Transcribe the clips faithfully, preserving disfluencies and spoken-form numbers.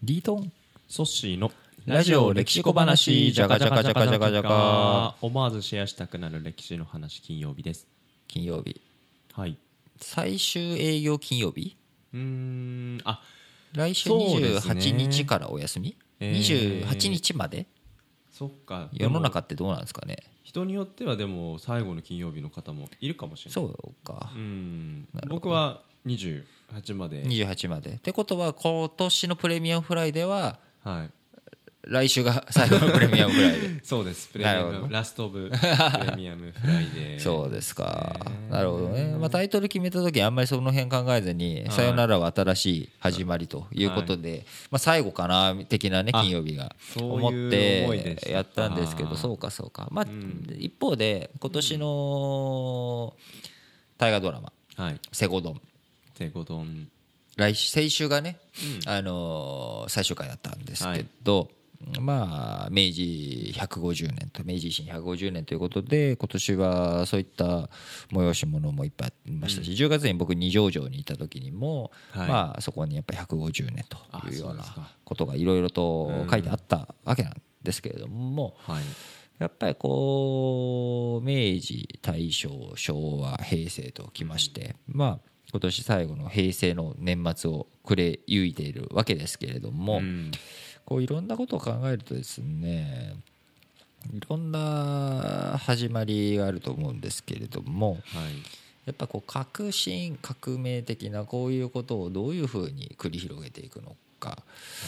リートンソッシーのラジオ歴史小話じゃがじゃがじゃがじゃがじゃが。 思わずシェアしたくなる歴史の話、金曜日です。 金曜日、 はい。 最終営業金曜日。 うーんあ来週にじゅうはちにちからお休み、 えーにじゅうはちにちまで。 そっか。 世の中ってどうなんですかね。 人によってはでも最後の金曜日の方もいるかもしれない。 そうか。 うん僕はにじゅうはちまで。 にじゅうはちまでってことは、今年のプレミアムフライデーははい来週が最後のプレミアムフライデーそうです。プレミアなるほどムラストオブプレミアムフライデーそうですか。なるほどね。まあ、タイトル決めた時あんまりその辺考えずに、さよならは新しい始まりということで、まあ、最後かな的なね、金曜日が思ってやったんですけど、そうかそうか。まあ、一方で今年の大河ドラマ「西郷どん」 西郷どん来先週がね、あの最終回だったんですけど、まあ明治ひゃくごじゅうねんと明治維新ひゃくごじゅうねんということで、今年はそういった催し物もいっぱいありましたし、うん、じゅうがつに僕二条城にいた時にも、はい、まあそこにやっぱりひゃくごじゅうねんというようなことがいろいろと書いてあったわけなんですけれども、はい、やっぱりこう明治大正昭和平成ときまして、まあ今年最後の平成の年末を暮れゆいているわけですけれども、うん、こういろんなことを考えるとですね、いろんな始まりがあると思うんですけれども、はい、やっぱこう革新革命的なこういうことをどういうふうに繰り広げていくのか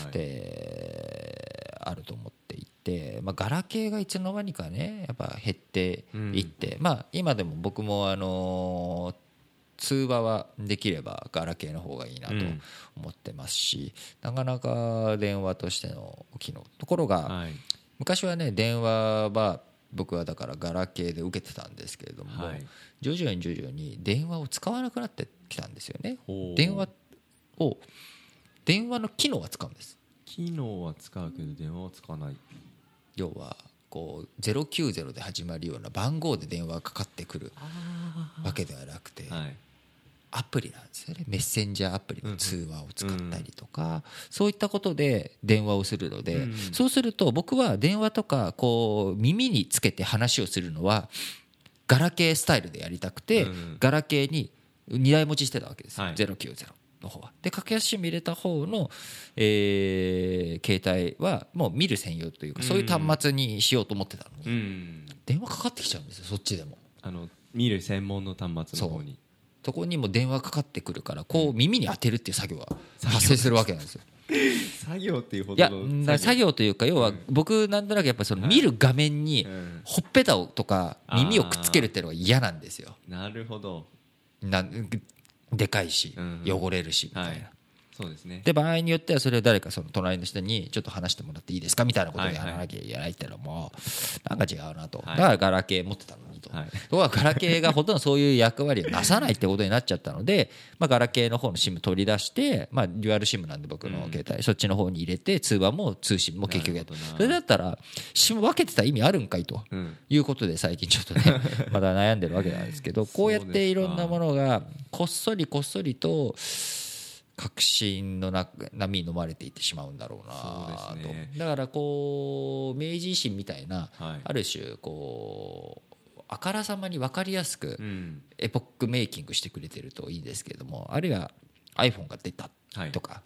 で、はい、あると思っていて、まあ、ガラケーがいつの間にかねやっぱ減っていって、うん、まあ今でも僕もあのー通話はできればガラケーの方がいいなと思ってますし、うん、なかなか電話としての機能ところが、はい、昔はね電話は僕はだからガラケーで受けてたんですけれども、はい、徐々に徐々に電話を使わなくなってきたんですよね。電話を電話の機能は使うんです。 機能は使うけど電話は使わない。 要はこうゼロきゅうゼロで始まるような番号で電話がかかってくるわけではなくて、はい、アプリなんですよね。メッセンジャーアプリの通話を使ったりとか、うんうん、そういったことで電話をするので、うん、そうすると僕は電話とかこう耳につけて話をするのはガラケースタイルでやりたくて、うん、ガラケーににだい持ちしてたわけですよ、はい、ゼロきゅうゼロの方は。で駆け足シム入れた方の、えー、携帯はもう見る専用というか、そういう端末にしようと思ってたのに、うん、電話かかってきちゃうんですよ、そっちでも。 あの見る専門の端末の方にそこにも電話かかってくるから、こう耳に当てるっていう作業が発生するわけなんですよ。 作業っていうほどのいや作業というか、要は僕なんとなくやっぱその見る画面にほっぺたとか耳をくっつけるっていうのが嫌なんですよ。 なるほど。 なでかいし汚れるしみたいな、はい、 そうですね。 で場合によってはそれを誰かその隣の人にちょっと話してもらっていいですかみたいなことをやらなきゃいけないっていうのもなんか違うなと、だからガラケー持ってたのにと、はい、とはガラケーがほとんどそういう役割をなさないってことになっちゃったので、まあ、ガラケーの方の SIM 取り出して、まあ、デュアル SIM なんで僕の携帯、うん、そっちの方に入れて通話も通信も結局やって、それだったら SIM 分けてた意味あるんかいということで最近ちょっとねまだ悩んでるわけなんですけど、こうやっていろんなものがこっそりこっそりと革新の波に飲まれていってしまうんだろうなと、ね、だからこう明治維新みたいな、はい、ある種こうあからさまに分かりやすくエポックメイキングしてくれてるといいですけれども、あるいは iPhone が出たとか、はい、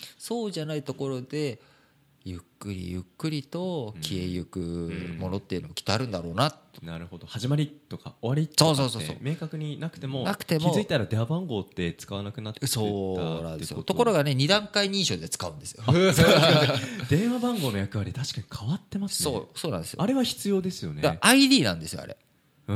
そうじゃないところでゆっくりゆっくりと消えゆくものっていうのもきっとあるんだろうな、 うん、なるほど。始まりとか終わりとかって明確になくても、気づいたら電話番号って使わなくなってたってこと。 そうなんですよ。ところがねに段階認証で使うんですよ電話番号の役割確かに変わってますね。 そうそうなんですよ。 あれは必要ですよね。 だ アイディー なんですよあれ。 うん、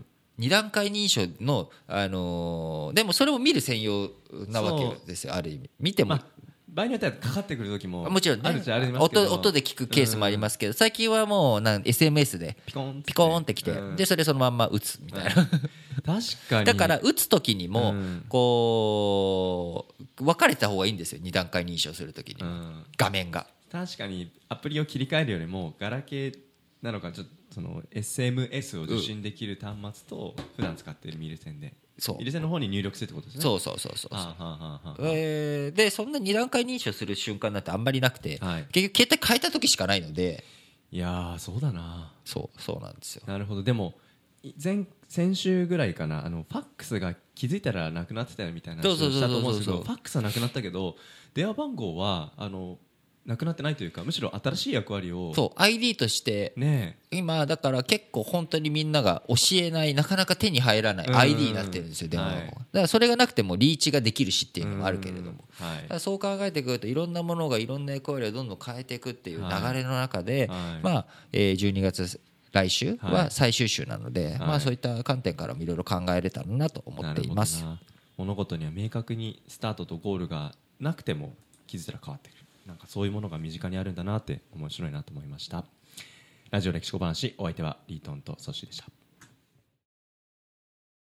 に段階認証の、あのー、でもそれを見る専用なわけですよ。ある意味見ても、まあ場合によってはかかってくる時ももちろんね、音, 音で聞くケースもありますけど、最近はもうなん エスエムエス でピコーンピコーンってきて、でそれそのまんま打つみたいな、確かに。 だから打つ時にもこう分かれた方がいいんですよ、に段階認証する時に画面が。 確かにアプリを切り替えるよりもガラケーなのか、ちょっとその エスエムエス を受信できる端末と普段使っている見る線でそう入れ線の方に入力するってことですね。 そうそうそうそうそう、えー、でそんなに段階認証する瞬間なんてあんまりなくて、はい、結局携帯変えた時しかないので。 いやーそうだな。 そうそうなんですよ。 なるほど。でも前先週ぐらいかな、あのファックスが気づいたらなくなってたよみたいな話をしたと思うんですけど、ファックスはなくなったけど電話番号はあのなくなってないというか、むしろ新しい役割をそう アイディー として、ね、今だから結構本当にみんなが教えない、なかなか手に入らない アイディー になってるんですよ、電話番号、はい、だからそれがなくてもリーチができるしっていうのもあるけれども、はい、だからそう考えてくるといろんなものがいろんな役割をどんどん変えていくっていう流れの中で、はいはい、まあえー、じゅうにがつ来週は最終週なので、はい、まあ、そういった観点からもいろいろ考えれたらなと思っています。 物事には明確にスタートとゴールがなくても気づいたら変わってくる、なんかそういうものが身近にあるんだなって面白いなと思いました。ラジオ歴史小話、お相手はリートンとソッシーでした。